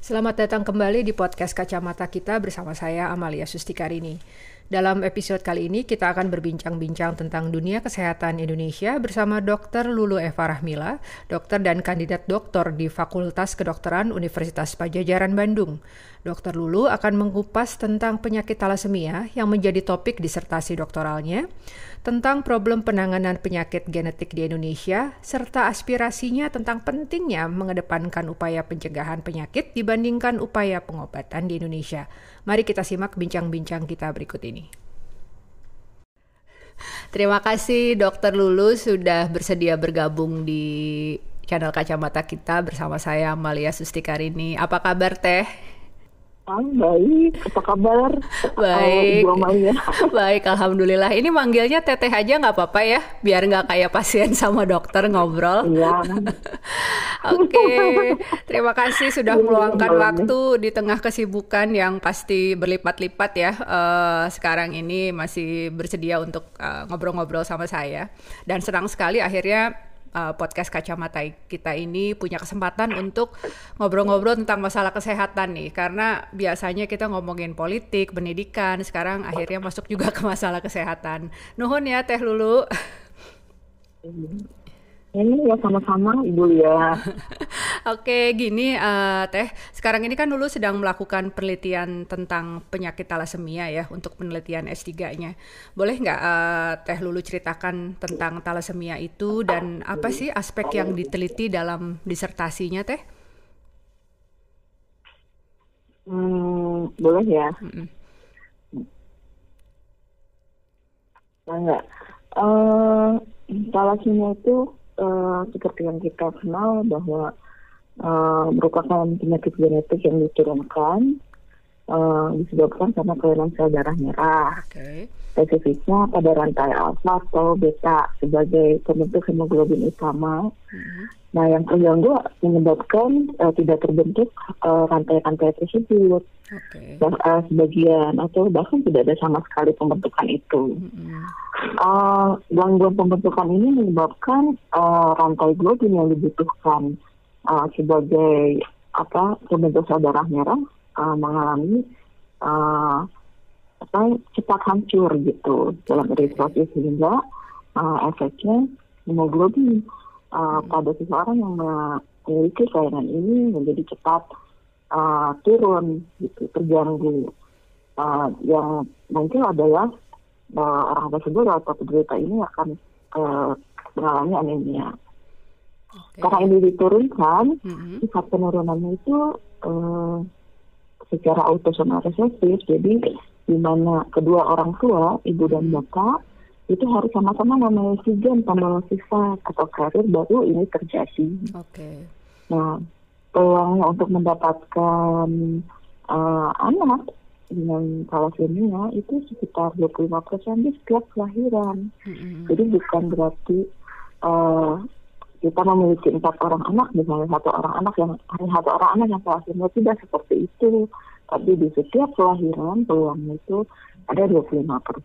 Selamat datang kembali di podcast Kacamata Kita bersama saya Amalia Sustikarini. Dalam episode kali ini kita akan berbincang-bincang tentang dunia kesehatan Indonesia bersama Dr. Lulu Eva Rahmila, dokter dan kandidat doktor di Fakultas Kedokteran Universitas Padjadjaran Bandung. Dr. Lulu akan mengupas tentang penyakit talasemia yang menjadi topik disertasi doktoralnya, tentang problem penanganan penyakit genetik di Indonesia, serta aspirasinya tentang pentingnya mengedepankan upaya pencegahan penyakit dibandingkan upaya pengobatan di Indonesia. Mari kita simak bincang-bincang kita berikut ini. Terima kasih Dr. Lulu sudah bersedia bergabung di channel Kacamata Kita bersama saya Amalia Sustikarini. Apa kabar Teh? Baik, apa kabar? Baik, Ibu Amalia. baik, alhamdulillah. Ini manggilnya Teteh aja nggak apa-apa ya, biar nggak kayak pasien sama dokter ngobrol. Iya. Oke, terima kasih sudah meluangkan waktu di tengah kesibukan yang pasti berlipat-lipat ya. Sekarang ini masih bersedia untuk ngobrol-ngobrol sama saya. Dan senang sekali akhirnya podcast Kacamata Kita ini punya kesempatan untuk ngobrol-ngobrol tentang masalah kesehatan nih, karena biasanya kita ngomongin politik, pendidikan, sekarang akhirnya masuk juga ke masalah kesehatan. Nuhun ya Teh Lulu. Ini ya sama-sama Ibu Lia. Oke, gini Teh, sekarang ini kan Lulu sedang melakukan penelitian tentang penyakit talasemia ya untuk penelitian S3-nya. Boleh nggak Teh Lulu ceritakan tentang talasemia itu dan apa sih aspek yang diteliti dalam disertasinya Teh? Boleh ya? Enggak. Talasemia itu seperti yang kita kenal bahwa merupakan penyakit genetik yang diturunkan disebabkan karena kelainan sel darah merah. Okay. Spesifiknya pada rantai alfa atau beta sebagai pembentuk hemoglobin utama. Nah, yang terganggu menyebabkan tidak terbentuk rantai-rantai tersebut. Okay. Sebagian atau bahkan tidak ada sama sekali pembentukan itu. Gangguan pembentukan ini menyebabkan rantai globin yang dibutuhkan sebagai pembentuk sel darah merah mengalami cepat hancur gitu dalam eritrosit, sehingga efeknya hemoglobin pada seseorang yang memiliki kelainan ini menjadi cepat turun gitu, terganggu. Yang mungkin adalah orang tersebut atau penderita ini akan mengalami anemia. Okay. Karena ini diturunkan, sifat penurunannya itu secara autosomal resesif, jadi di mana kedua orang tua, ibu dan bapak, itu harus sama-sama memiliki gen pembawa sifat atau karir baru ini terjadi. Okay. Nah, peluangnya untuk mendapatkan anak dengan talasemia itu sekitar 25% di setiap kelahiran. Jadi bukan berarti kita memiliki 4 orang anak, misalnya satu orang anak yang talasemia, tidak seperti itu. Tapi di setiap kelahiran peluangnya itu ada 25%.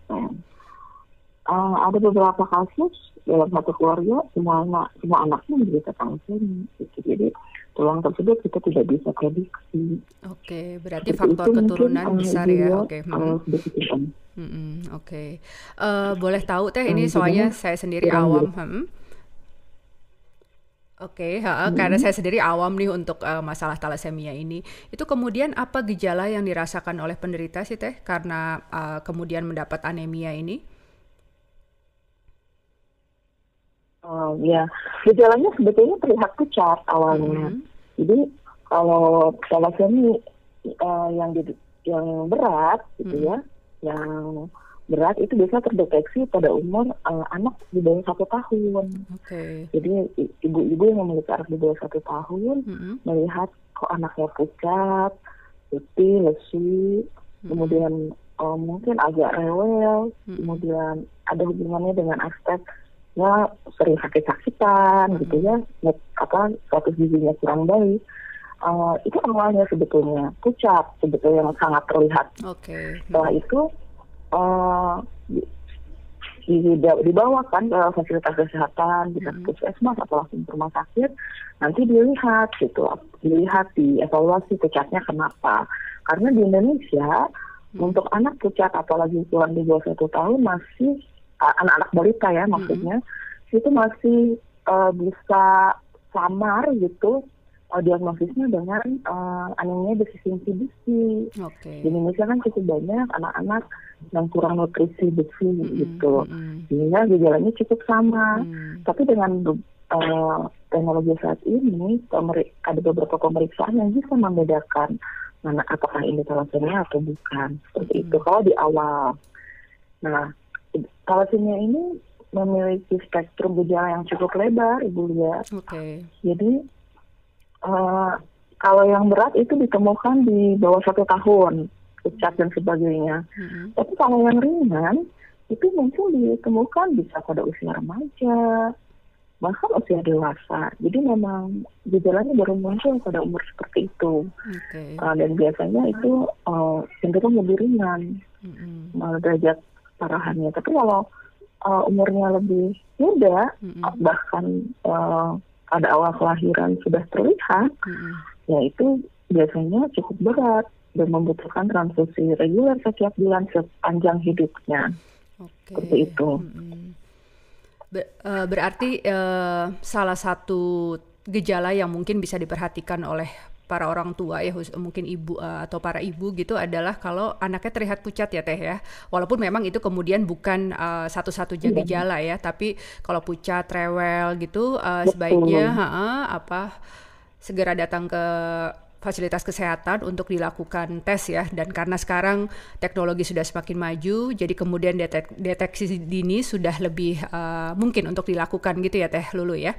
Ada beberapa kasus dalam satu keluarga semua anaknya menderita talasemia. Jadi peluang tersebut kita tidak bisa prediksi. Oke, berarti faktor keturunan besar ya. Oke. Oke. Boleh tahu Teh, ini soalnya saya sendiri awam. Oke, karena saya sendiri awam nih untuk masalah talasemia ini. Itu kemudian apa gejala yang dirasakan oleh penderita sih Teh karena kemudian mendapat anemia ini? Ya, gejalanya sebetulnya terlihat pucat awalnya. Jadi kalau talasemia yang berat gitu ya, yang berat itu bisa terdeteksi pada umur anak di bawah 1 tahun. Okay. Jadi ibu-ibu yang memiliki anak di bawah 1 tahun melihat kok anaknya pucat, putih, lesu, kemudian mungkin agak rewel, kemudian ada hubungannya dengan aspek sering sakit-sakitan gitu ya, status gizinya kurang baik. Itu awalnya sebetulnya pucat, sebetulnya yang sangat terlihat. Okay. Setelah itu dibawakan ke fasilitas kesehatan, bisa ke puskesmas atau langsung ke rumah sakit, nanti dilihat gitu, dievaluasi pucatnya kenapa. Karena di Indonesia untuk anak pucat apalagi kurang di bawah 1 tahun masih anak-anak balita ya maksudnya, itu masih bisa samar gitu diagnosisnya dengan anemia defisiensi besi. Di Indonesia kan cukup banyak anak-anak yang kurang nutrisi besi gitu, sehingga gejalanya cukup sama. Tapi dengan teknologi saat ini ada beberapa pemeriksaan yang bisa membedakan mana apakah ini thalassemia atau bukan. Seperti itu kalau di awal. Nah, thalassemia ini memiliki spektrum gejala yang cukup lebar, Ibu Lia. Jadi kalau yang berat itu ditemukan di bawah 1 tahun, pucat dan sebagainya. Tapi kalau yang ringan itu mungkin ditemukan bisa pada usia remaja, bahkan usia dewasa. Jadi memang gejalanya baru muncul pada umur seperti itu. Dan biasanya itu cenderung lebih ringan derajat parahannya. Tapi kalau umurnya lebih muda, bahkan pada awal kelahiran sudah terlihat, ya itu biasanya cukup berat dan membutuhkan transfusi reguler setiap bulan sepanjang hidupnya. Seperti itu. Berarti salah satu gejala yang mungkin bisa diperhatikan oleh para orang tua ya, mungkin ibu atau para ibu gitu adalah kalau anaknya terlihat pucat ya Teh ya. Walaupun memang itu kemudian bukan satu-satunya gejala ya, tapi kalau pucat, rewel gitu sebaiknya segera datang ke fasilitas kesehatan untuk dilakukan tes ya. Dan karena sekarang teknologi sudah semakin maju, jadi kemudian deteksi dini sudah lebih mungkin untuk dilakukan gitu ya Teh Lulu ya.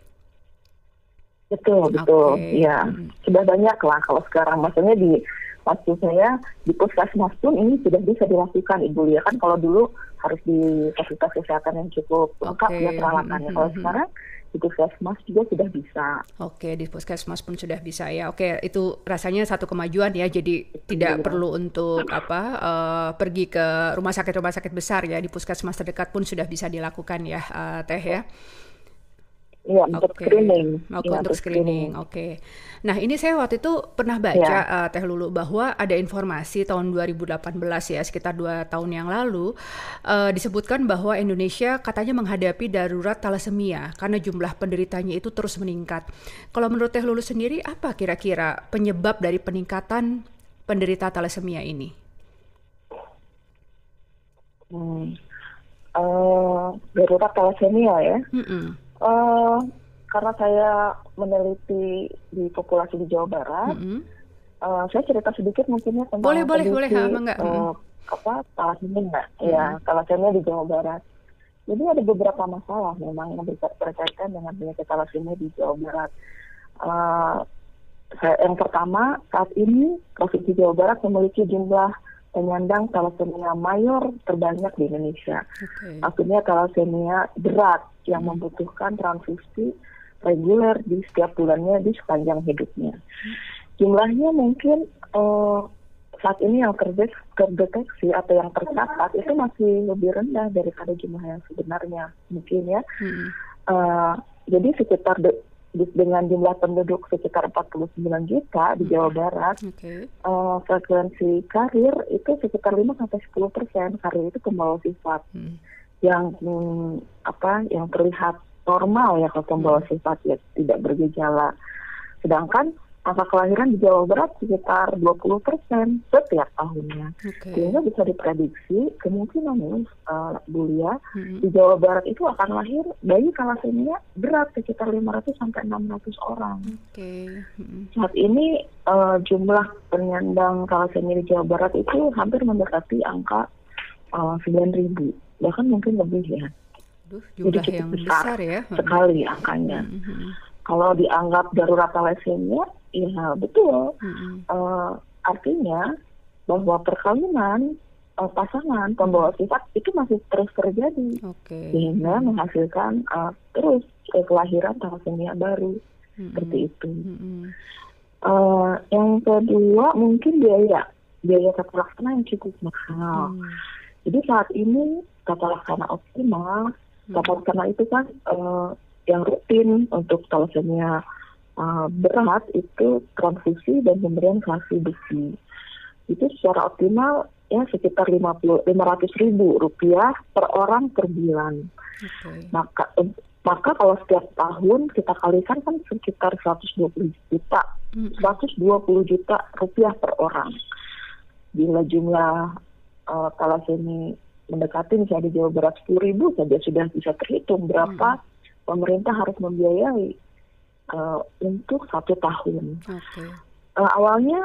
Betul, ya sudah banyak lah kalau sekarang. Maksudnya maksud saya di puskesmas pun ini sudah bisa dilakukan, Ibu Lia. Kan kalau dulu harus di fasilitas kesehatan yang cukup lengkap ya peralatannya. Kalau sekarang di puskesmas juga sudah bisa. Di puskesmas pun sudah bisa ya. Itu rasanya satu kemajuan ya. Jadi tidak perlu untuk pergi ke rumah sakit besar ya. Di puskesmas terdekat pun sudah bisa dilakukan ya, Teh ya. Iya, untuk screening. Untuk screening. Nah, ini saya waktu itu pernah baca Teh Lulu bahwa ada informasi tahun 2018 ya, sekitar 2 tahun yang lalu, disebutkan bahwa Indonesia katanya menghadapi darurat thalassemia karena jumlah penderitanya itu terus meningkat. Kalau menurut Teh Lulu sendiri, apa kira-kira penyebab dari peningkatan penderita thalassemia ini? Darurat thalassemia ya. Karena saya meneliti di populasi di Jawa Barat, saya cerita sedikit mungkin ya tentang boleh, thalassemia ya, thalassemia di Jawa Barat. Jadi ada beberapa masalah memang yang berkaitan dengan penyakit thalassemia di Jawa Barat. Yang pertama, saat ini Provinsi Jawa Barat memiliki jumlah penyandang thalassemia mayor terbanyak di Indonesia. Maksudnya thalassemia berat yang membutuhkan transfusi reguler di setiap bulannya di sepanjang hidupnya. Jumlahnya mungkin saat ini yang terdeteksi atau yang tercatat itu masih lebih rendah daripada jumlah yang sebenarnya mungkin ya. Jadi sekitar dengan jumlah penduduk sekitar 49 juta di Jawa Barat, frekuensi karir itu sekitar 5-10%. Karir itu pembawa sifat yang terlihat normal ya kalau pembawa sifat ya tidak bergejala. Sedangkan angka kelahiran di Jawa Barat sekitar 20% setiap tahunnya. Sehingga bisa diprediksi kemungkinan Bu Lia di Jawa Barat itu akan lahir bayi thalassemia berat sekitar 500-600 orang. Saat ini jumlah penyandang thalassemia di Jawa Barat itu hampir mendekati angka 9.000. Bahkan mungkin lebih ya. Jumlah jadi yang besar ya. Sekali angkanya. Kalau dianggap darurat thalassemia, ya betul. Artinya bahwa perkawinan pasangan pembawa sifat itu masih terus terjadi, sehingga menghasilkan terus kelahiran thalassemia baru seperti itu. Yang kedua mungkin biaya tata laksana yang cukup mahal. Jadi saat ini tata laksana optimal. Tata laksana itu kan yang rutin untuk thalassemia berat itu transfusi dan pemberian kalsium besi. Itu secara optimal ya sekitar 500.000 rupiah per orang per bulan. Okay. Maka kalau setiap tahun kita kalikan kan sekitar 120 juta, 120 juta rupiah per orang. Bila jumlah thalassemia mendekati misalnya di Jawa Barat 10.000 saja sudah bisa terhitung berapa pemerintah harus membiayai untuk 1 tahun. Okay. Awalnya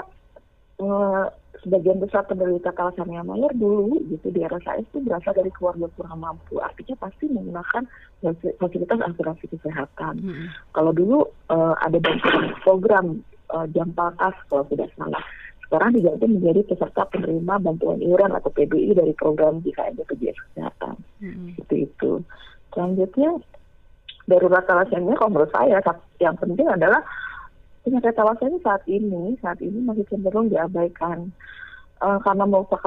sebagian besar penderita thalassemia mayor dulu gitu di RSAS itu berasal dari keluarga kurang mampu, artinya pasti menggunakan fasilitas asuransi kesehatan. Kalau dulu ada bantuan program Jampalkas kalau tidak salah, sekarang diganti menjadi peserta penerima bantuan iuran atau PBI dari program JKN BPJS Kesehatan. Itu. Selanjutnya darurat thalassemia kalau menurut saya yang penting adalah penyakit thalassemia saat ini masih cenderung diabaikan karena merupakan,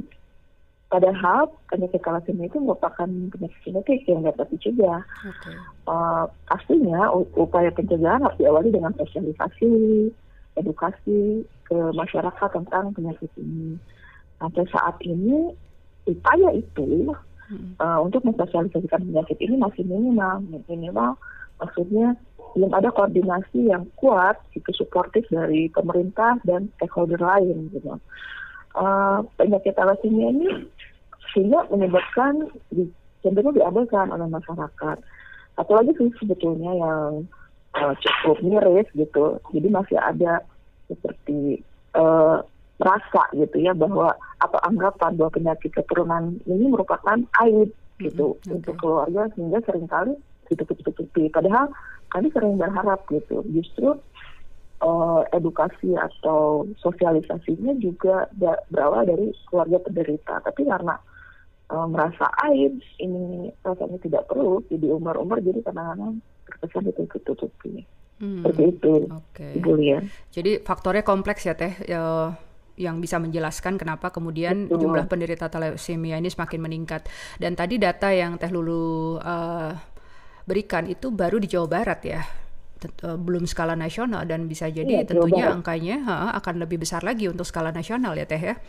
padahal penyakit thalassemia itu merupakan penyakit genetik yang dapat dicegah. Okay. Pastinya upaya pencegahan harus diawali dengan sosialisasi, edukasi ke masyarakat tentang penyakit ini. Sampai saat ini upaya itu untuk mensosialisasikan penyakit ini masih minimal. Maksudnya belum ada koordinasi yang kuat, itu suportif dari pemerintah dan stakeholder lain gitu. Penyakit thalassemia ini sehingga menyebabkan cenderung diabaikan oleh masyarakat. Satu lagi sih sebetulnya yang cukup miris gitu. Jadi masih ada seperti rasa gitu ya bahwa atau anggapan bahwa penyakit keturunan ini merupakan aib gitu untuk keluarga sehingga seringkali ditutup-tutupi. Padahal kami sering berharap gitu justru edukasi atau sosialisasinya juga berawal dari keluarga penderita. Tapi karena merasa aib ini rasanya tidak perlu jadi umur-umur, jadi kadang-kadang terkesan ditutup-tutupi. Seperti itu, Ibu Lia. Jadi faktornya kompleks ya Teh, yang bisa menjelaskan kenapa kemudian jumlah penderita thalassemia ini semakin meningkat. Dan tadi data yang Teh Lulu berikan itu baru di Jawa Barat ya, belum skala nasional, dan bisa jadi tentunya angkanya akan lebih besar lagi untuk skala nasional ya Teh ya.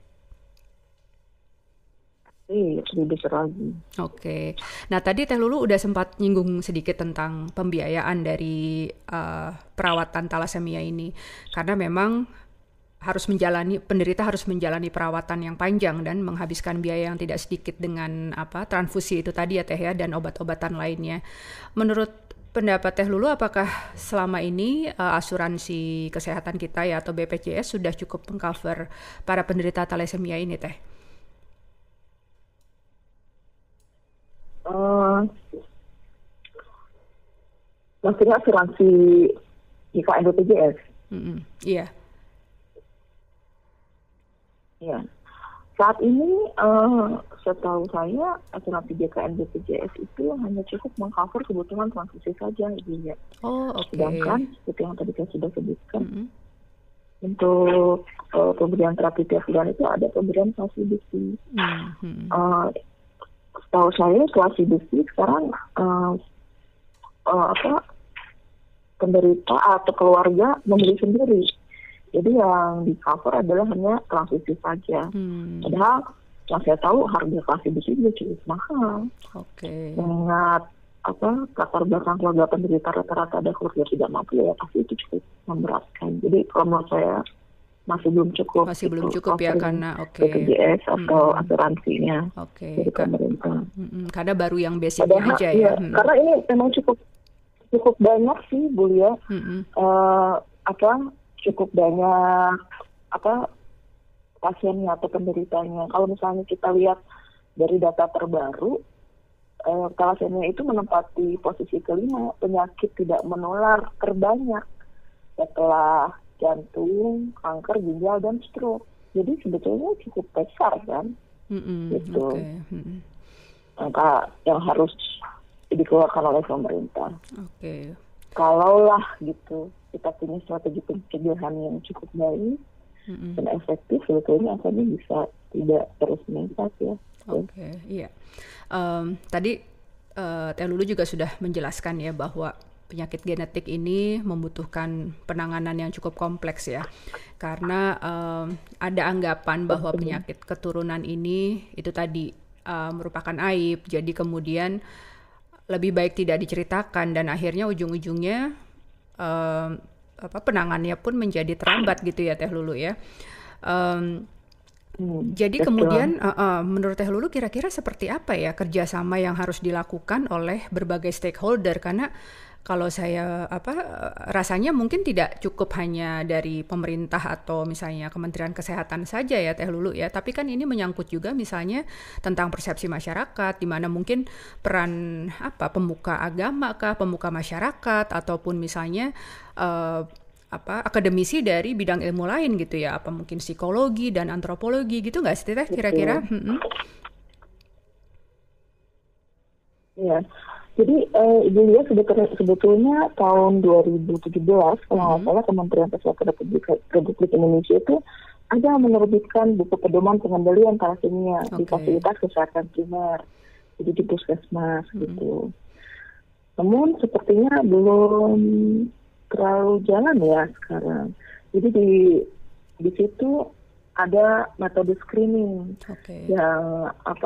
Lebih besar lagi. Oke. Nah tadi Teh Lulu udah sempat nyinggung sedikit tentang pembiayaan dari perawatan thalassemia ini, karena memang penderita harus menjalani perawatan yang panjang dan menghabiskan biaya yang tidak sedikit dengan transfusi itu tadi ya Teh ya, dan obat-obatan lainnya. Menurut pendapat Teh Lulu, apakah selama ini asuransi kesehatan kita ya atau BPJS sudah cukup mengcover para penderita thalassemia ini Teh? Maksudnya asuransi JKN BPJS? Iya. Ya. Saat ini setahu saya asuransi JKN BPJS itu hanya cukup mengcover kebutuhan transfusi saja, Ibu ya. Sedangkan seperti yang tadi saya sudah sebutkan, untuk pemberian terapi tiap bulan itu ada pemberian kalsium besi. Setahu saya kalsium besi sekarang penderita atau keluarga membeli sendiri. Jadi yang di cover adalah hanya transfusi saja. Padahal yang saya tahu harga kalsium besi juga cukup mahal. Mengingat latar belakang keluarga penderita rata-rata ada keluarga tidak mampu, ya pasti itu cukup memberatkan. Jadi kalau menurut saya masih belum cukup. Masih belum cukup ya karena BPJS atau asuransinya dari pemerintah. Karena baru yang basicnya aja ya. Karena ini memang cukup banyak sih, Bu Lia. Cukup banyak pasiennya atau penderitanya. Kalau misalnya kita lihat dari data terbaru, thalassemia itu menempati posisi kelima penyakit tidak menular terbanyak setelah jantung, kanker ginjal, dan stroke. Jadi sebetulnya cukup besar kan, gitu. Angka yang harus dikeluarkan oleh pemerintah. Kalaulah gitu kita punya strategi pencegahan yang cukup baik dan efektif, sebetulnya angkanya bisa tidak terus meningkat ya. Oke, iya. Tadi Teh Lulu juga sudah menjelaskan ya bahwa penyakit genetik ini membutuhkan penanganan yang cukup kompleks ya, karena ada anggapan bahwa penyakit keturunan ini itu tadi merupakan aib, jadi kemudian lebih baik tidak diceritakan dan akhirnya ujung-ujungnya penanganannya pun menjadi terlambat gitu ya Teh Lulu ya. Jadi betul. kemudian menurut Teh Lulu kira-kira seperti apa ya kerjasama yang harus dilakukan oleh berbagai stakeholder, karena kalau saya rasanya mungkin tidak cukup hanya dari pemerintah atau misalnya Kementerian Kesehatan saja ya Teh Lulu ya, tapi kan ini menyangkut juga misalnya tentang persepsi masyarakat, di mana mungkin peran pemuka agama kah, pemuka masyarakat, ataupun misalnya akademisi dari bidang ilmu lain gitu ya, apa mungkin psikologi dan antropologi gitu nggak sih Teh kira-kira? Ya. Jadi Ibu Lia sebetulnya tahun 2017 kalau nggak salah Kementerian Kesehatan Republik Indonesia itu ada menerbitkan buku pedoman pengendalian thalassemia di fasilitas kesehatan primer, jadi di puskesmas gitu. Namun sepertinya belum terlalu jalan ya sekarang. Jadi di situ ada metode screening yang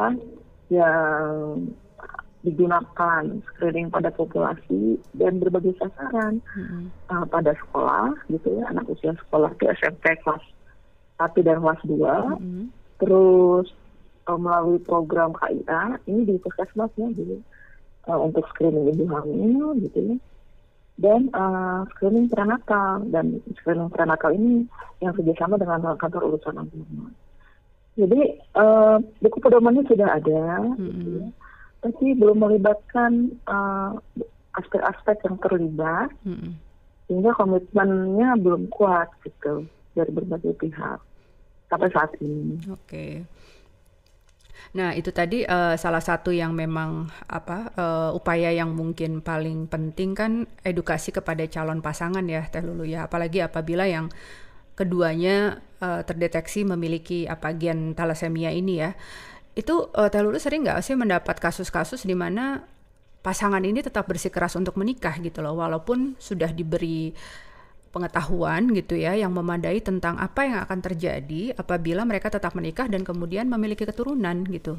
digunakan screening pada populasi dan berbagai sasaran pada sekolah gitu ya, anak usia sekolah ke SMP kelas 1 dan kelas 2, terus melalui program KIA ini di puskesmas ya gitu, untuk screening ibu hamil gitu ya, dan screening prenatal, dan screening prenatal ini yang kerjasama dengan kantor urusan agama. Jadi buku pedomannya sudah ada gitu ya, tapi belum melibatkan aspek-aspek yang terlibat, sehingga komitmennya belum kuat gitu dari berbagai pihak sampai saat ini. Oke. Nah itu tadi salah satu yang memang upaya yang mungkin paling penting kan edukasi kepada calon pasangan ya Teh Lulu ya, apalagi apabila yang keduanya terdeteksi memiliki gen thalassemia ini ya. Itu Teh Lulu sering nggak sih mendapat kasus-kasus di mana pasangan ini tetap bersikeras untuk menikah gitu loh, walaupun sudah diberi pengetahuan gitu ya yang memadai tentang apa yang akan terjadi apabila mereka tetap menikah dan kemudian memiliki keturunan gitu.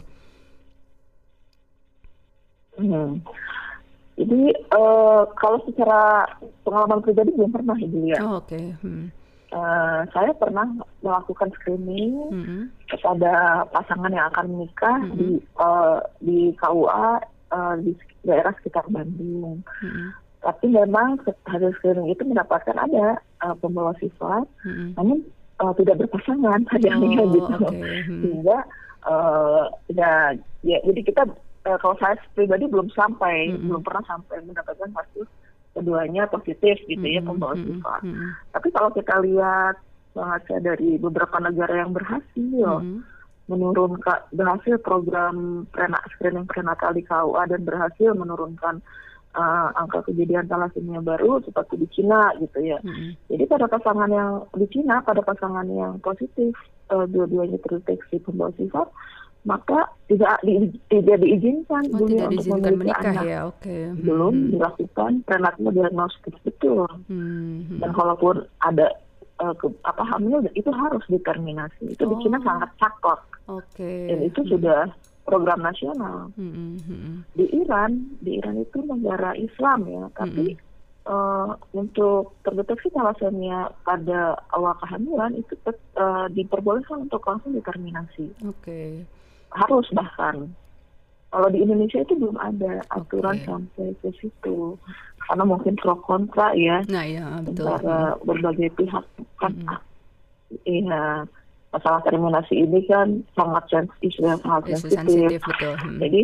Jadi kalau secara pengalaman pribadi belum pernah Ibu ya. Oke. Saya pernah melakukan screening kepada pasangan yang akan menikah di KUA di daerah sekitar Bandung. Tapi memang hasil screening itu mendapatkan ada pembawa sifat, namun tidak berpasangan sayangnya gitu. Sehingga jadi kita kalau saya pribadi belum pernah sampai mendapatkan hasil keduanya positif gitu ya pembawa sifat. Tapi kalau kita lihat dari beberapa negara yang berhasil berhasil program screening prenatal di KUA dan berhasil menurunkan angka kejadian thalassemia baru seperti di Cina gitu ya. Jadi pada pasangan yang positif dua-duanya terdeteksi pembawa sifat, maka tidak diizinkan tidak diizinkan untuk menikah anak. ya. Belum dilakukan prenatal diagnostik betul. Dan kalaupun ada hamil itu harus diterminasi. Itu di China sangat saklek. Dan itu sudah program nasional. Di Iran itu negara Islam ya, tapi untuk terdeteksi thalassemia pada awal kehamilan itu diperbolehkan untuk langsung diterminasi. Harus bahkan. Kalau di Indonesia itu belum ada aturan sampai ke situ. Karena mungkin pro kontra ya. Nah, ya betul. Antara berbagai pihak kan. Iya, masalah terminasi ini kan sangat sensitif. Betul. Jadi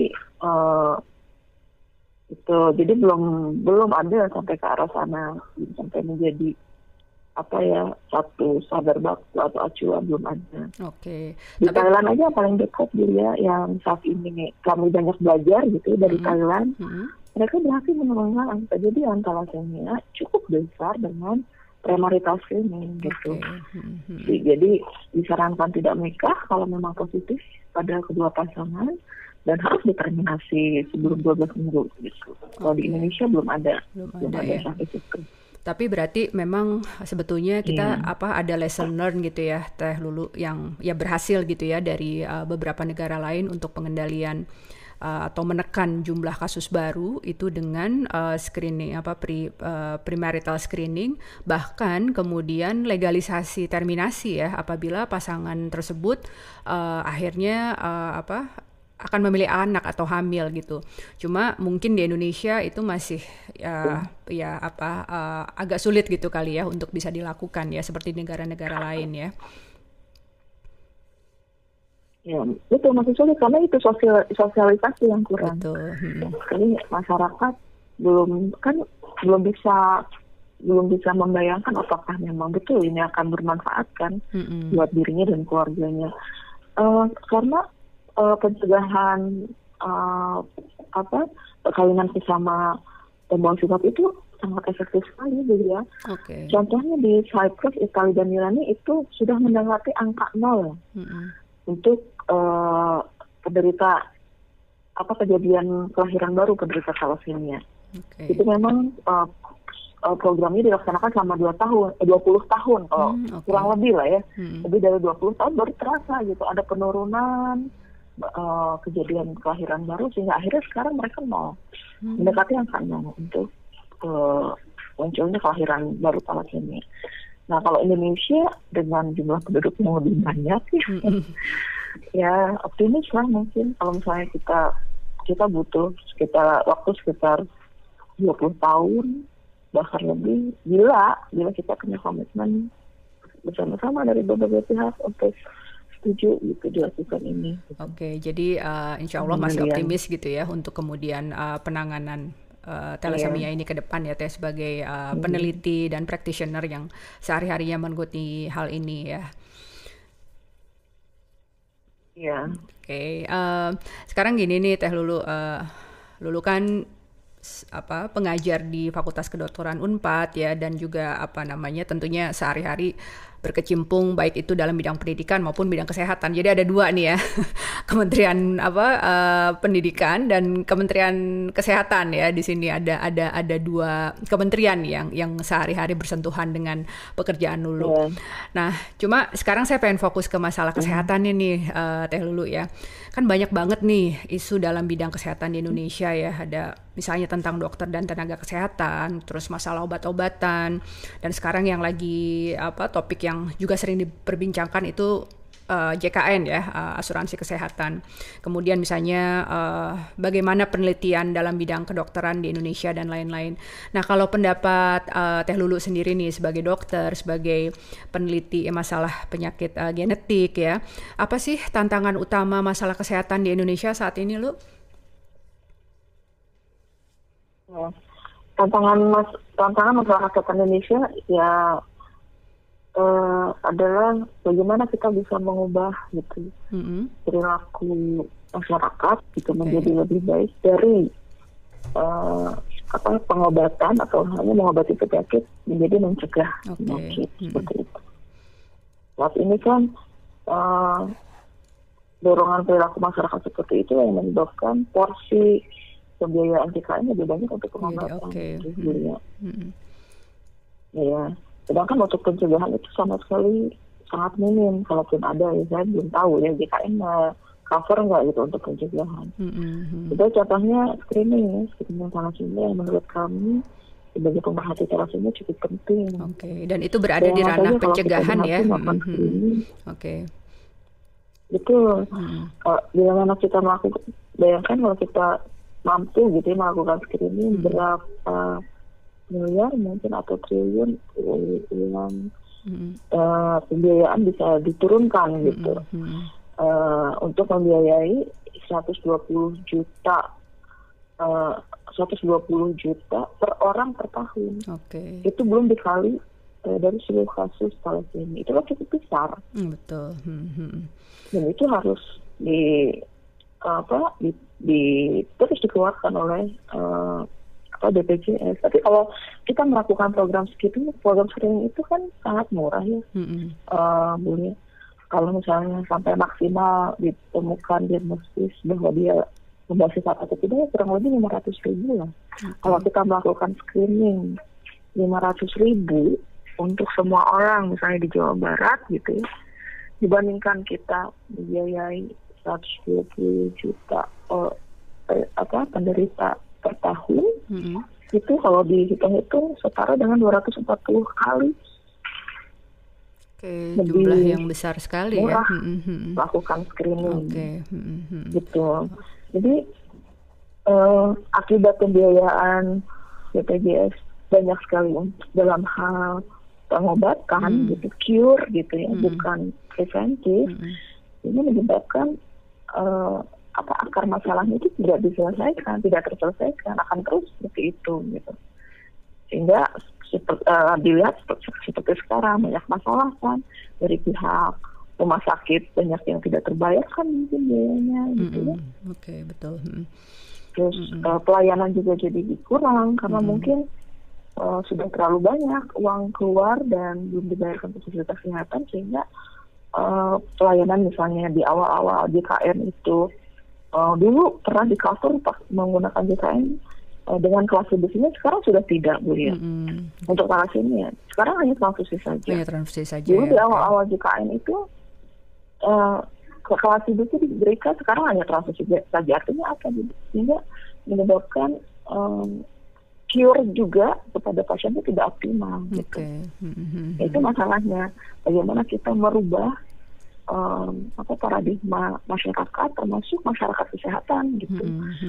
jadi belum ada sampai ke arah sana, sampai menjadi satu sadar baku atau acuan belum ada. Di Thailand aja paling dekat dia yang saat ini kami banyak belajar gitu dari Thailand. Mereka berhasil menurunkan angka kejadian thalassemia cukup besar dengan premarital screening gitu. Okay. Jadi disarankan tidak menikah kalau memang positif pada kedua pasangan dan harus determinasi sebelum 12 minggu gitu. Kalau di Indonesia belum ada ya. sampai situ. Tapi berarti memang sebetulnya kita ada lesson learn gitu ya, Teh Lulu, yang ya berhasil gitu ya dari beberapa negara lain untuk pengendalian atau menekan jumlah kasus baru itu dengan screening premarital screening, bahkan kemudian legalisasi terminasi ya apabila pasangan tersebut akhirnya akan memilih anak atau hamil gitu. Cuma mungkin di Indonesia itu masih agak sulit gitu kali ya untuk bisa dilakukan ya seperti negara-negara lain ya. Ya, betul, masih sulit karena itu sosialisasi yang kurang. Betul. Jadi masyarakat belum bisa membayangkan apakah memang betul ini akan bermanfaat kan buat dirinya dan keluarganya. Karena pencegahan perkawinan bersama pembawa sifat itu sangat efektif sekali gitu ya. Okay. Contohnya di Cyprus, Italia dan Yunani itu sudah mendekati angka 0 untuk penderita kejadian kelahiran baru penderita thalassemia. Okay. Itu memang programnya dilaksanakan selama 20 tahun kalau kurang lebih lah ya. Lebih dari 20 tahun baru terasa gitu ada penurunan kejadian kelahiran baru sehingga akhirnya sekarang mereka mau mendekati angka 0 untuk munculnya kelahiran baru thalassemia. Nah kalau Indonesia dengan jumlah penduduk yang lebih banyak ya optimis lah mungkin kalau misalnya kita butuh sekitar 20 tahun bahkan lebih bila kita punya komitmen bersama-sama dari berbagai pihak untuk setuju gitu dilakukan ini. Oke, jadi insya Allah masih optimis gitu ya untuk kemudian penanganan thalassemia ini ke depan ya Teh sebagai peneliti dan practitioner yang sehari-harinya menggeluti hal ini ya. Iya. Oke, sekarang gini nih Teh Lulu, Lulu kan pengajar di Fakultas Kedokteran Unpad ya dan juga tentunya sehari-hari berkecimpung baik itu dalam bidang pendidikan maupun bidang kesehatan. Jadi ada dua nih ya, Kementerian Pendidikan dan Kementerian Kesehatan ya. Di sini ada dua kementerian yang sehari-hari bersentuhan dengan pekerjaan Lulu. Nah, cuma sekarang saya pengen fokus ke masalah kesehatan ini Teh Lulu ya. Kan banyak banget nih isu dalam bidang kesehatan di Indonesia ya. Ada misalnya tentang dokter dan tenaga kesehatan, terus masalah obat-obatan, dan sekarang yang lagi topik yang juga sering diperbincangkan itu JKN ya, asuransi kesehatan. Kemudian misalnya bagaimana penelitian dalam bidang kedokteran di Indonesia dan lain-lain. Nah kalau pendapat Teh Lulu sendiri nih sebagai dokter, sebagai peneliti masalah penyakit genetik ya, apa sih tantangan utama masalah kesehatan di Indonesia saat ini Lu? Tantangan masalah kesehatan Indonesia ya adalah bagaimana kita bisa mengubah gitu perilaku masyarakat gitu menjadi lebih baik dari pengobatan atau hanya mengobati penyakit menjadi mencegah penyakit seperti itu. Saat ini kan dorongan perilaku masyarakat seperti itu yang menyebabkan porsi pembiayaan JKN lebih banyak untuk pengobatan. Ya. Sedangkan untuk pencegahan itu sama sekali sangat minim, kalaupun ada ya saya belum tahu ya JKN cover nggak gitu untuk pencegahan. Itu contohnya screening thalassemia yang menurut kami sebagai pemerhati thalassemia cukup penting. Oke, dan itu berada di ranah pencegahan ya. Oke. Betul. Bila mana kita melakukan, bayangkan kalau kita mampu gitu ya melakukan screening berapa miliar mungkin atau triliun yang pembiayaan bisa diturunkan gitu untuk membiayai 120 juta per orang per tahun. Itu belum dikali dari seluruh kasus thalassemia. Itu kan cukup besar. Betul. Dan itu harus terus dikeluarkan oleh BPJS. Tapi kalau kita melakukan program screening itu kan sangat murah ya, Bu Lia. Kalau misalnya sampai maksimal ditemukan diagnosis bahwa dia membawa sifat atau tidak, kurang lebih 500.000 lah. Kalau kita melakukan screening 500.000 untuk semua orang misalnya di Jawa Barat gitu ya, dibandingkan kita membiayai 120 juta penderita per tahun, itu kalau dihitung-hitung setara dengan 240 kali. Oke, jumlah yang besar sekali murah ya. Melakukan screening. Gitu. Jadi akibat pembiayaan BPJS banyak sekali dalam hal pengobatan gitu, cure gitu ya, bukan preventif. Ini menyebabkan akar masalahnya itu tidak diselesaikan, tidak terselesaikan, akan terus seperti itu gitu. Sehingga dilihat seperti sekarang banyak masalah kan dari pihak rumah sakit, banyak yang tidak terbayar kan mungkin biayanya gitu ya. Oke, betul. Terus pelayanan juga jadi kurang karena mungkin sudah terlalu banyak uang keluar dan belum dibayarkan untuk fasilitas kesehatan, sehingga pelayanan misalnya di awal-awal JKN itu dulu pernah di cover pas menggunakan JKN dengan kelas besinya, sekarang sudah tidak, Bu ya. Untuk thalassemia sekarang hanya transfusi saja. Dulu di awal-awal JKN itu kelas itu diberikan, sekarang hanya transfusi saja. Artinya apa? Sehingga menyebabkan cure juga kepada pasien itu tidak optimal. Gitu. Itu masalahnya. Bagaimana kita merubah paradigma masyarakat, termasuk masyarakat kesehatan gitu.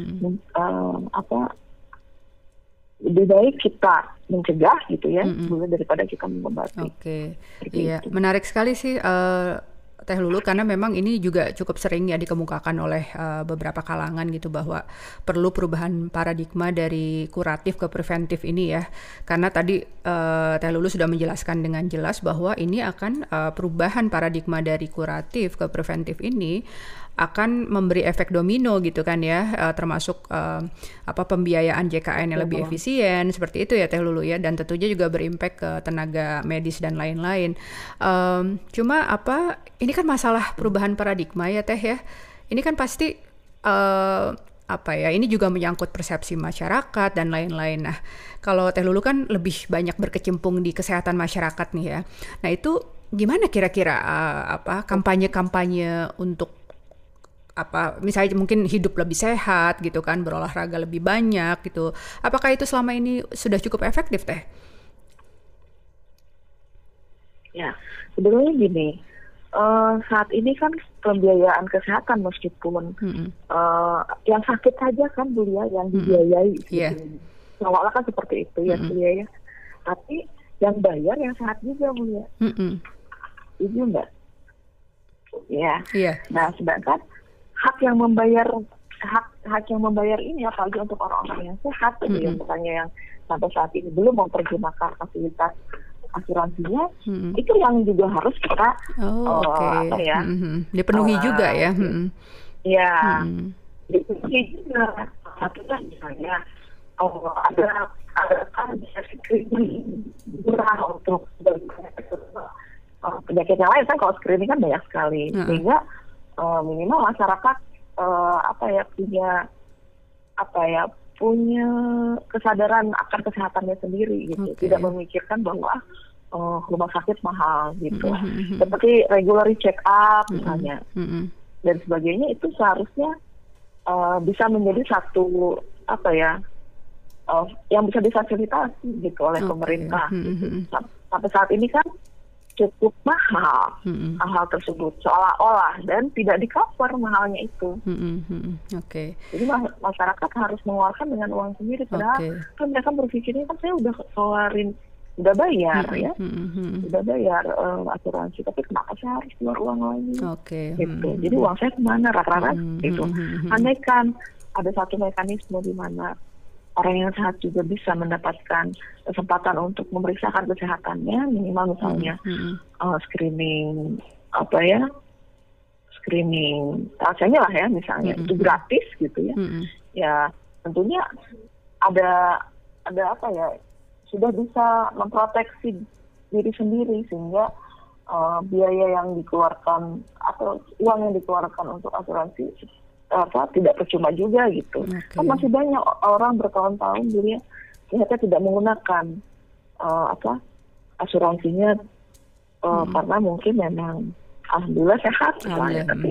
Lebih baik kita mencegah gitu ya, daripada kita mengobati. Iya, menarik sekali sih Teh Lulu, karena memang ini juga cukup sering ya dikemukakan oleh beberapa kalangan gitu, bahwa perlu perubahan paradigma dari kuratif ke preventif ini ya. Karena tadi Teh Lulu sudah menjelaskan dengan jelas bahwa ini akan perubahan paradigma dari kuratif ke preventif ini akan memberi efek domino gitu kan ya, termasuk pembiayaan JKN yang lebih efisien seperti itu ya Teh Lulu ya, dan tentunya juga berimpact ke tenaga medis dan lain-lain. Cuma ini kan masalah perubahan paradigma ya Teh ya. Ini kan pasti ini juga menyangkut persepsi masyarakat dan lain-lain. Nah, kalau Teh Lulu kan lebih banyak berkecimpung di kesehatan masyarakat nih ya. Nah, itu gimana kira-kira kampanye-kampanye untuk misalnya mungkin hidup lebih sehat gitu kan, berolahraga lebih banyak gitu. Apakah itu selama ini sudah cukup efektif Teh? Ya, sebenarnya gini, saat ini kan pembiayaan kesehatan meskipun yang sakit saja kan Bu ya, yang dibiayai gitu. Seolah-olah kan seperti itu ya Bu ya. Tapi yang bayar yang sehat juga Bu ya. Itu enggak? Ya. Nah, sedangkan hak yang membayar ini apalagi untuk orang-orang yang sehat, yang misalnya yang sampai saat ini belum mempergunakan fasilitas asuransinya, itu yang juga harus kita dipenuhi juga ya. Dipenuhi juga. Satu kan misalnya ada kan bisa screening murah untuk penyakit yang lain kan. Kalau screening kan banyak sekali, sehingga minimal masyarakat punya kesadaran akan kesehatannya sendiri gitu. Tidak memikirkan bahwa rumah sakit mahal gitu. Seperti regular check up misalnya dan sebagainya, itu seharusnya bisa menjadi satu yang bisa difasilitasi gitu oleh pemerintah. Gitu. Sampai saat ini kan cukup mahal hal tersebut seolah-olah, dan tidak di-cover mahalnya itu. Jadi masyarakat harus mengeluarkan dengan uang sendiri, padahal kan mereka berpikirnya kan saya udah bayar ya, udah bayar asuransi, tapi kenapa saya harus keluar uang lagi? Gitu. Jadi uang saya kemana? Rata-rata itu. Andaikan ada satu mekanisme di mana orang yang sehat juga bisa mendapatkan kesempatan untuk memeriksakan kesehatannya, minimal misalnya screening thalassemia lah ya misalnya, itu gratis gitu ya. Ya tentunya ada ada apa ya, sudah bisa memproteksi diri sendiri, sehingga biaya yang dikeluarkan atau uang yang dikeluarkan untuk asuransi tidak percuma juga gitu. Okay. Kan masih banyak orang bertahun-tahun dia ternyata tidak menggunakan asuransinya karena mungkin memang alhamdulillah sehat misalnya, tapi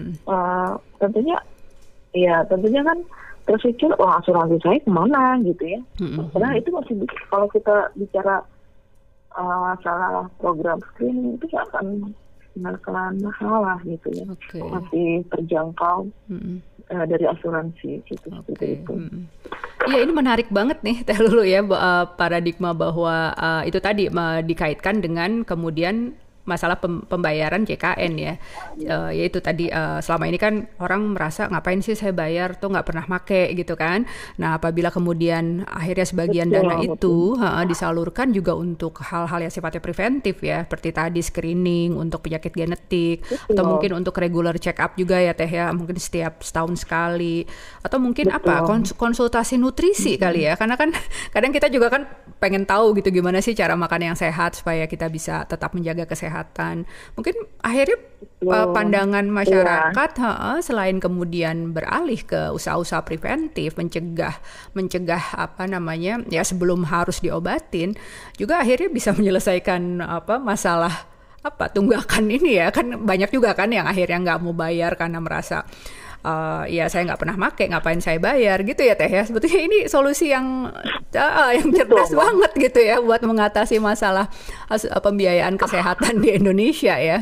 tentunya kan terpikir asuransi saya kemana gitu ya. Karena itu masih kalau kita bicara masalah program screening itu akan menaklkan masalah gitu ya. Masih terjangkau dari asuransi gitu. Seperti itu. Iya, ini menarik banget nih Teh Lulu ya, paradigma bahwa itu tadi dikaitkan dengan kemudian masalah pembayaran JKN ya, yaitu tadi selama ini kan orang merasa ngapain sih saya bayar tuh nggak pernah make gitu kan. Nah apabila kemudian akhirnya sebagian dana itu disalurkan juga untuk hal-hal yang sifatnya preventif ya, seperti tadi screening untuk penyakit genetik, atau mungkin untuk regular check up juga ya Teh ya, mungkin setiap setahun sekali, atau mungkin konsultasi nutrisi kali ya, karena kan kadang kita juga kan pengen tahu gitu gimana sih cara makan yang sehat supaya kita bisa tetap menjaga kesehatan. Mungkin akhirnya pandangan masyarakat selain kemudian beralih ke usaha-usaha preventif, mencegah apa namanya ya sebelum harus diobatin, juga akhirnya bisa menyelesaikan masalah tunggakan ini ya. Kan banyak juga kan yang akhirnya nggak mau bayar karena merasa ya saya nggak pernah make, ngapain saya bayar gitu ya Teh ya. Sebetulnya ini solusi yang cerdas banget gitu ya buat mengatasi masalah pembiayaan kesehatan di Indonesia ya.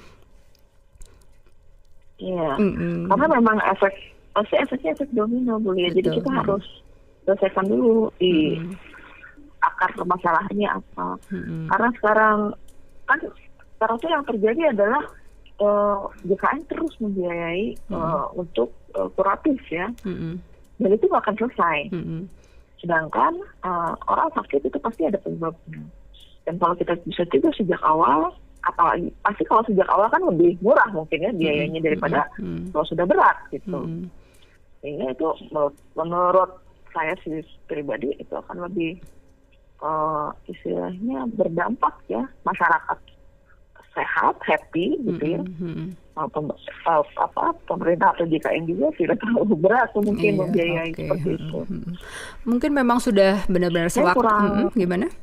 Iya, karena memang efeknya efek domino Bu ya. Jadi kita harus selesaikan dulu di akar permasalahannya apa. Karena sekarang tuh yang terjadi adalah JKN terus membiayai untuk kuratif ya, dan itu nggak akan selesai. Sedangkan orang sakit itu pasti ada penyebabnya. Dan kalau kita bisa juga sejak awal, apalagi pasti kalau sejak awal kan lebih murah mungkin ya biayanya daripada kalau sudah berat gitu. Sehingga itu menurut saya sih pribadi itu akan lebih istilahnya berdampak ya, masyarakat sehat, happy gitu ya. Pemerintah atau JKN juga tidak terlalu berat mungkin membiayai seperti itu. Mungkin memang sudah benar-benar sewaktu. Gimana?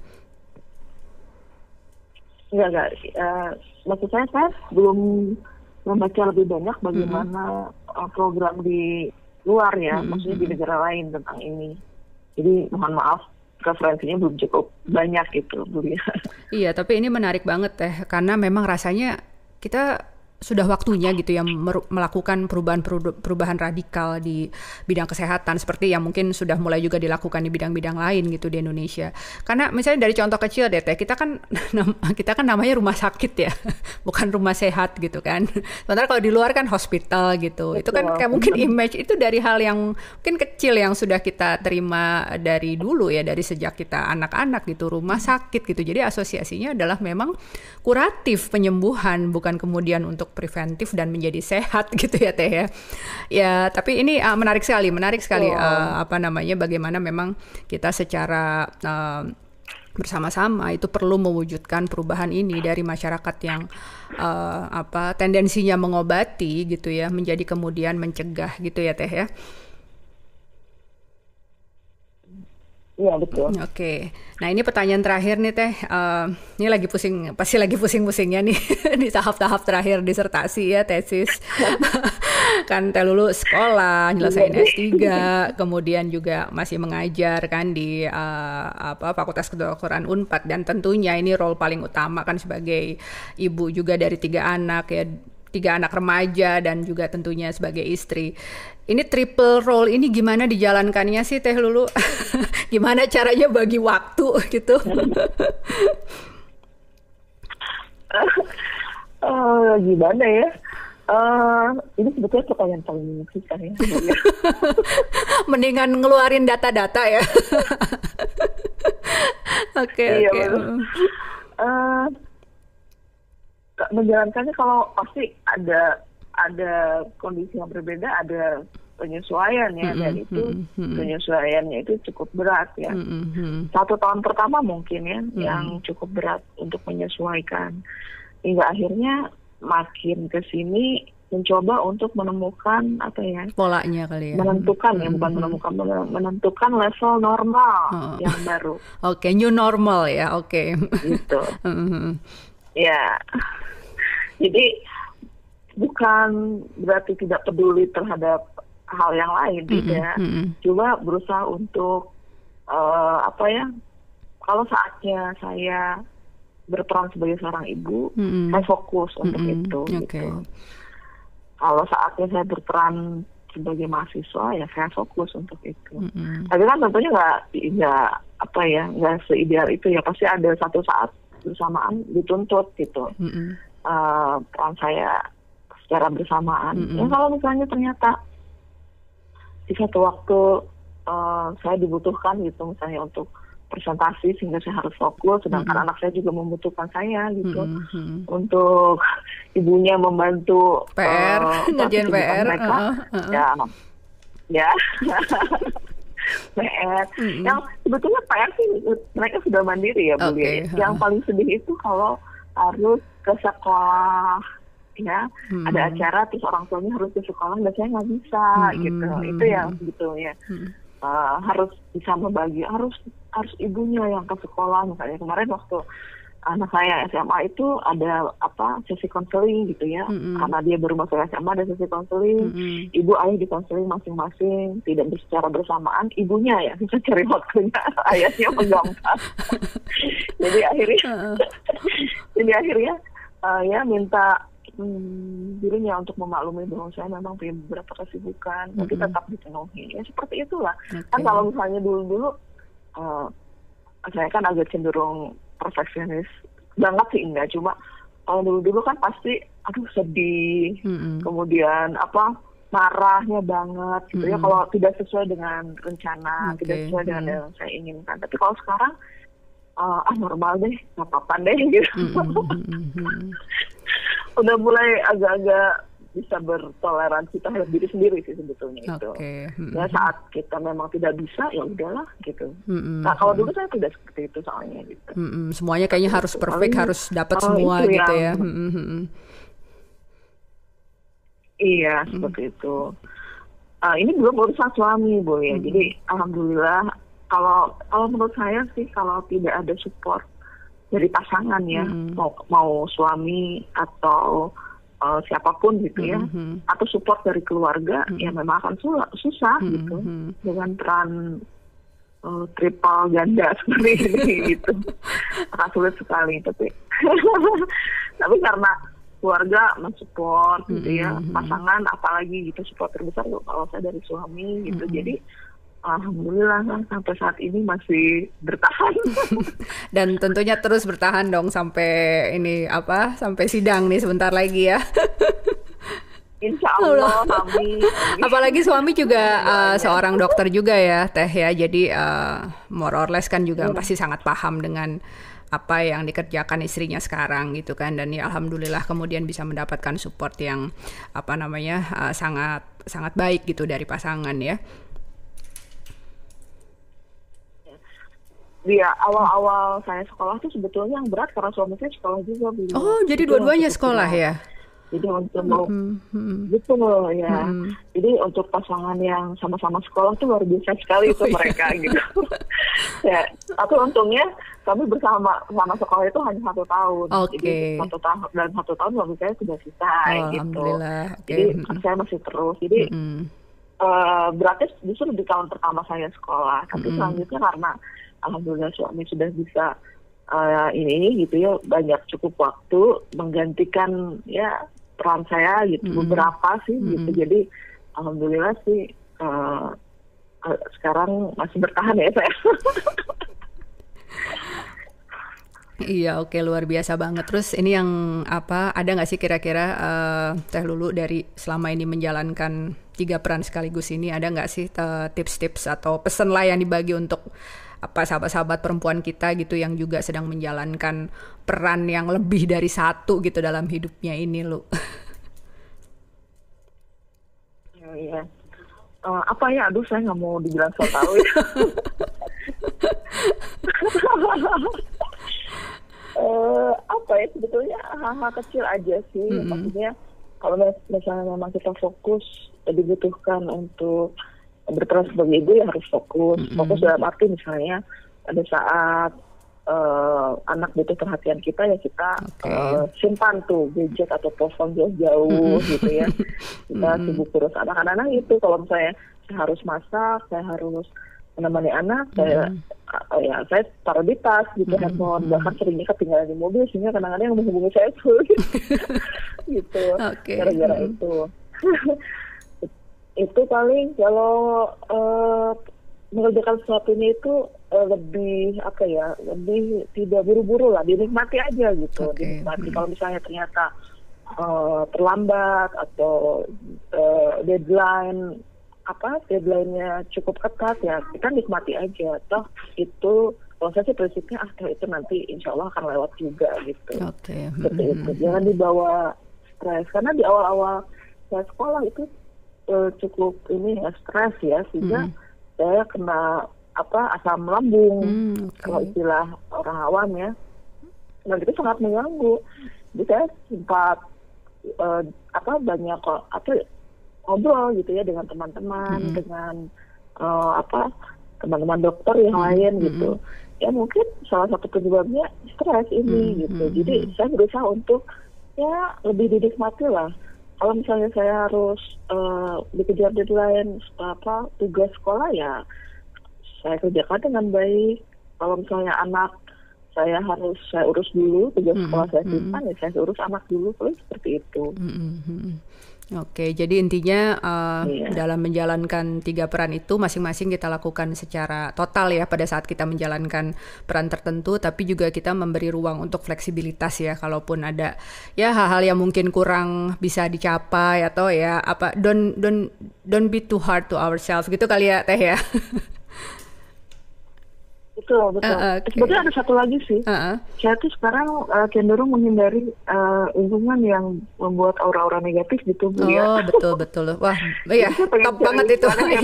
Enggak. Maksud saya belum membaca lebih banyak bagaimana program di luar ya, maksudnya di negara lain tentang ini. Jadi mohon maaf, referensinya belum cukup banyak gitu Bu ya. Iya, tapi ini menarik banget karena memang rasanya kita sudah waktunya gitu ya melakukan perubahan radikal di bidang kesehatan seperti yang mungkin sudah mulai juga dilakukan di bidang-bidang lain gitu di Indonesia. Karena misalnya dari contoh kecil deh Teh, kita kan namanya rumah sakit ya, bukan rumah sehat gitu kan. Sementara kalau di luar kan hospital gitu. Betul. Itu kan kayak mungkin image itu dari hal yang mungkin kecil yang sudah kita terima dari dulu ya, dari sejak kita anak-anak gitu, rumah sakit gitu. Jadi asosiasinya adalah memang kuratif, penyembuhan, bukan kemudian untuk preventif dan menjadi sehat gitu ya Teh ya. Ya, tapi ini menarik sekali bagaimana memang kita secara bersama-sama itu perlu mewujudkan perubahan ini dari masyarakat yang tendensinya mengobati gitu ya menjadi kemudian mencegah gitu ya Teh ya. Iya betul. Oke. Nah ini pertanyaan terakhir nih Teh. Ini pasti lagi pusing-pusingnya nih di tahap-tahap terakhir disertasi ya, tesis. Kan Teh Lulu sekolah, nyelesain S3, kemudian juga masih mengajar kan di Fakultas Kedokteran Unpad, dan tentunya ini role paling utama kan sebagai ibu juga dari 3 anak ya. 3 anak remaja dan juga tentunya sebagai istri. Ini triple role ini gimana dijalankannya sih Teh Lulu? Gimana caranya bagi waktu gitu? Gimana ya? Ini sebetulnya pertanyaan paling menyakitkan ya. Mendingan ngeluarin data-data ya. Oke. Menjalankannya kalau pasti ada kondisi yang berbeda, ada penyesuaian ya, dan itu penyesuaiannya itu cukup berat ya. 1 tahun pertama mungkin ya yang cukup berat untuk menyesuaikan, hingga akhirnya makin ke sini mencoba untuk menemukan apa ya, polanya kali ya, menentukan ya, bukan menentukan level normal yang baru. Oke, new normal ya, oke. Gitu. Ya, jadi bukan berarti tidak peduli terhadap hal yang lain, tidak. Cuma berusaha untuk apa ya, kalau saatnya saya berperan sebagai seorang ibu, saya fokus untuk itu. Gitu. Kalau saatnya saya berperan sebagai mahasiswa, ya saya fokus untuk itu. Tapi kan tentunya nggak apa ya, nggak seideal itu ya. Pasti ada satu saat bersamaan dituntut gitu. Peran saya secara bersamaan. Ya kalau misalnya ternyata di satu waktu saya dibutuhkan gitu, misalnya untuk presentasi sehingga saya harus fokus, sedangkan anak saya juga membutuhkan saya gitu untuk ibunya membantu PR, ngerjain PR mereka. Ya PR yang sebetulnya PR sih mereka sudah mandiri ya Bu. Yang paling sedih itu kalau harus ke sekolah ya, ada acara terus orang tuanya harus ke sekolah dan saya nggak bisa gitu. Itu yang sebetulnya harus bisa membagi, harus ibunya yang ke sekolah. Misalnya kemarin waktu anak saya SMA itu ada sesi konseling gitu ya, karena dia baru masuk SMA ada sesi konseling, ibu ayah di konseling masing-masing, tidak secara bersamaan, ibunya ya bisa cari waktunya, ayahnya menggampang. jadi akhirnya ya minta dirinya untuk memaklumi bahwa saya memang punya beberapa kesibukan, tapi tetap dipenuhi. Ya seperti itulah. Kan kalau misalnya dulu saya kan agak cenderung perfeksionis banget sih, enggak, cuma kalau dulu kan pasti sedih, kemudian marahnya banget gitu ya kalau tidak sesuai dengan rencana, tidak sesuai dengan yang saya inginkan. Tapi kalau sekarang normal deh, nggak apa-apa deh gitu. Udah mulai agak-agak bisa bertoleransi terhadap diri sendiri sih sebetulnya itu. Ya saat kita memang tidak bisa, ya udahlah gitu. Nah kalau dulu saya tidak seperti itu soalnya gitu. Semuanya kayaknya harus perfect, harus dapat semua gitu ya. Iya seperti itu. Ini belum urusan suami Bu ya. Jadi alhamdulillah kalau menurut saya sih kalau tidak ada support dari pasangan ya, mau suami atau siapapun gitu ya, atau support dari keluarga, ya memang akan susah gitu dengan peran triple ganda seperti ini gitu, akan sulit sekali. Tapi karena keluarga mensupport gitu ya, pasangan apalagi gitu, support terbesar kalau saya dari suami gitu. Jadi alhamdulillah sampai saat ini masih bertahan. Dan tentunya terus bertahan dong sampai sampai sidang nih sebentar lagi ya. Insya Allah, amin. Apalagi suami juga seorang dokter juga ya Teh ya, jadi more or less kan juga pasti sangat paham dengan apa yang dikerjakan istrinya sekarang gitu kan, dan ya alhamdulillah kemudian bisa mendapatkan support yang sangat sangat baik gitu dari pasangan ya. Dia awal-awal saya sekolah tuh sebetulnya yang berat karena suami saya sekolah juga. Oh, jadi dua-duanya sekolah ya? Jadi untuk gitu ya. Jadi untuk pasangan yang sama-sama sekolah tuh luar biasa sekali itu mereka gitu. Ya, tapi untungnya kami bersama sekolah itu hanya 1 tahun. Jadi 1 tahun dan 1 tahun suami saya sudah selesai gitu. Jadi saya masih terus. Jadi berarti justru di tahun pertama saya sekolah. Tapi selanjutnya karena alhamdulillah suami sudah bisa ini gitu ya, banyak cukup waktu menggantikan ya peran saya gitu, beberapa sih gitu. Jadi alhamdulillah sih sekarang masih bertahan ya saya. Iya, oke, luar biasa banget. Terus ini yang ada nggak sih kira-kira Teh Lulu dari selama ini menjalankan 3 peran sekaligus ini, ada nggak sih tips-tips atau pesan lah yang dibagi untuk sahabat-sahabat perempuan kita gitu yang juga sedang menjalankan peran yang lebih dari 1 gitu dalam hidupnya ini, Lu? Iya. Apa ya? Aduh, saya nggak mau dibilang so tahu ya. Apa ya, sebetulnya hal-hal kecil aja sih. Maksudnya kalau misalnya memang kita fokus, dibutuhkan untuk berperan sebagai ibu ya harus fokus. Fokus dalam arti misalnya pada saat anak butuh perhatian kita ya kita simpan tuh gadget atau telepon jauh-jauh gitu ya. Kita sibuk terus anak-anak itu. Kalau misalnya saya harus masak, saya harus menemani anak, saya taruh di tas gitu handphone. Bahkan seringnya ketinggalan di mobil sehingga kadang-kadang yang menghubungi saya sulit gitu. Gara-gara itu. Itu paling kalau mengerjakan sesuatu ini itu lebih tidak buru-buru lah, dinikmati aja gitu. Dinikmati. Kalau misalnya ternyata terlambat atau deadline-nya cukup ketat ya kita nikmati aja. Toh itu kalau saya sih prinsipnya itu nanti insya Allah akan lewat juga gitu. Seperti itu. Jangan dibawa stres karena di awal-awal saya sekolah itu cukup stres ya sehingga saya kena asam lambung kalau istilah orang awam ya. Dan itu sangat mengganggu. Jadi saya sempat banyak ngobrol gitu ya dengan teman-teman, dengan teman-teman dokter yang lain gitu. Ya mungkin salah satu penyebabnya stres ini gitu. Jadi saya berusaha untuk ya lebih dinikmati lah. Kalau misalnya saya harus dikejar deadline tugas sekolah ya saya kerjakan dengan baik. Kalau misalnya anak saya urus dulu tugas sekolah saya simpan ya saya urus anak dulu, seperti itu. Jadi intinya dalam menjalankan 3 peran itu masing-masing kita lakukan secara total ya pada saat kita menjalankan peran tertentu, tapi juga kita memberi ruang untuk fleksibilitas ya kalaupun ada ya hal-hal yang mungkin kurang bisa dicapai atau ya don't be too hard to ourselves gitu kali ya Teh ya. Betul. Sebetulnya ada satu lagi sih. Saya tuh sekarang cenderung menghindari lingkungan yang membuat aura-aura negatif di tubuh ya. Betul. Wah, iya, top banget itu.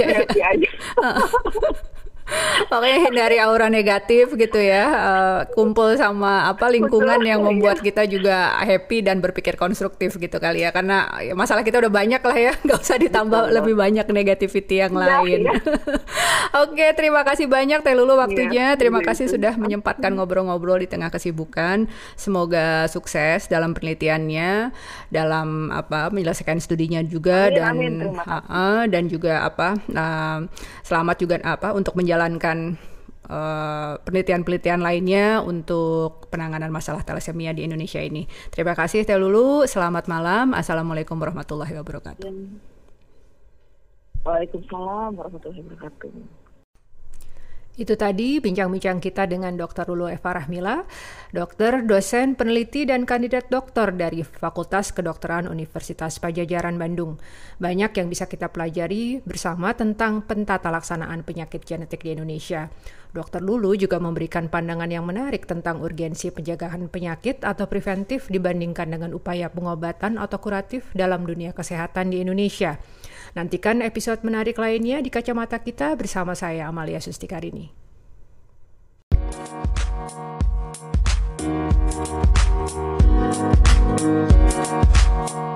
Pokoknya hindari aura negatif gitu ya. Kumpul sama lingkungan yang membuat kita juga happy dan berpikir konstruktif gitu kali ya. Karena masalah kita udah banyak lah ya, nggak usah ditambah lebih banyak negativity yang lain. Oke, terima kasih banyak Teh Lulu waktunya. Terima kasih sudah menyempatkan ngobrol-ngobrol di tengah kesibukan. Semoga sukses dalam penelitiannya, dalam menyelesaikan studinya juga. Dan juga selamat juga untuk menjalankan penelitian-penelitian lainnya untuk penanganan masalah thalassemia di Indonesia ini. Terima kasih Teh Lulu, selamat malam. Assalamualaikum warahmatullahi wabarakatuh. Waalaikumsalam warahmatullahi wabarakatuh. Itu tadi bincang-bincang kita dengan Dr. Lulu Eva Rahmila, dokter, dosen, peneliti, dan kandidat doktor dari Fakultas Kedokteran Universitas Padjadjaran Bandung. Banyak yang bisa kita pelajari bersama tentang pentata laksanaan penyakit genetik di Indonesia. Dr. Lulu juga memberikan pandangan yang menarik tentang urgensi penjagaan penyakit atau preventif dibandingkan dengan upaya pengobatan atau kuratif dalam dunia kesehatan di Indonesia. Nantikan episode menarik lainnya di Kacamata Kita bersama saya Amalia Sustikarini.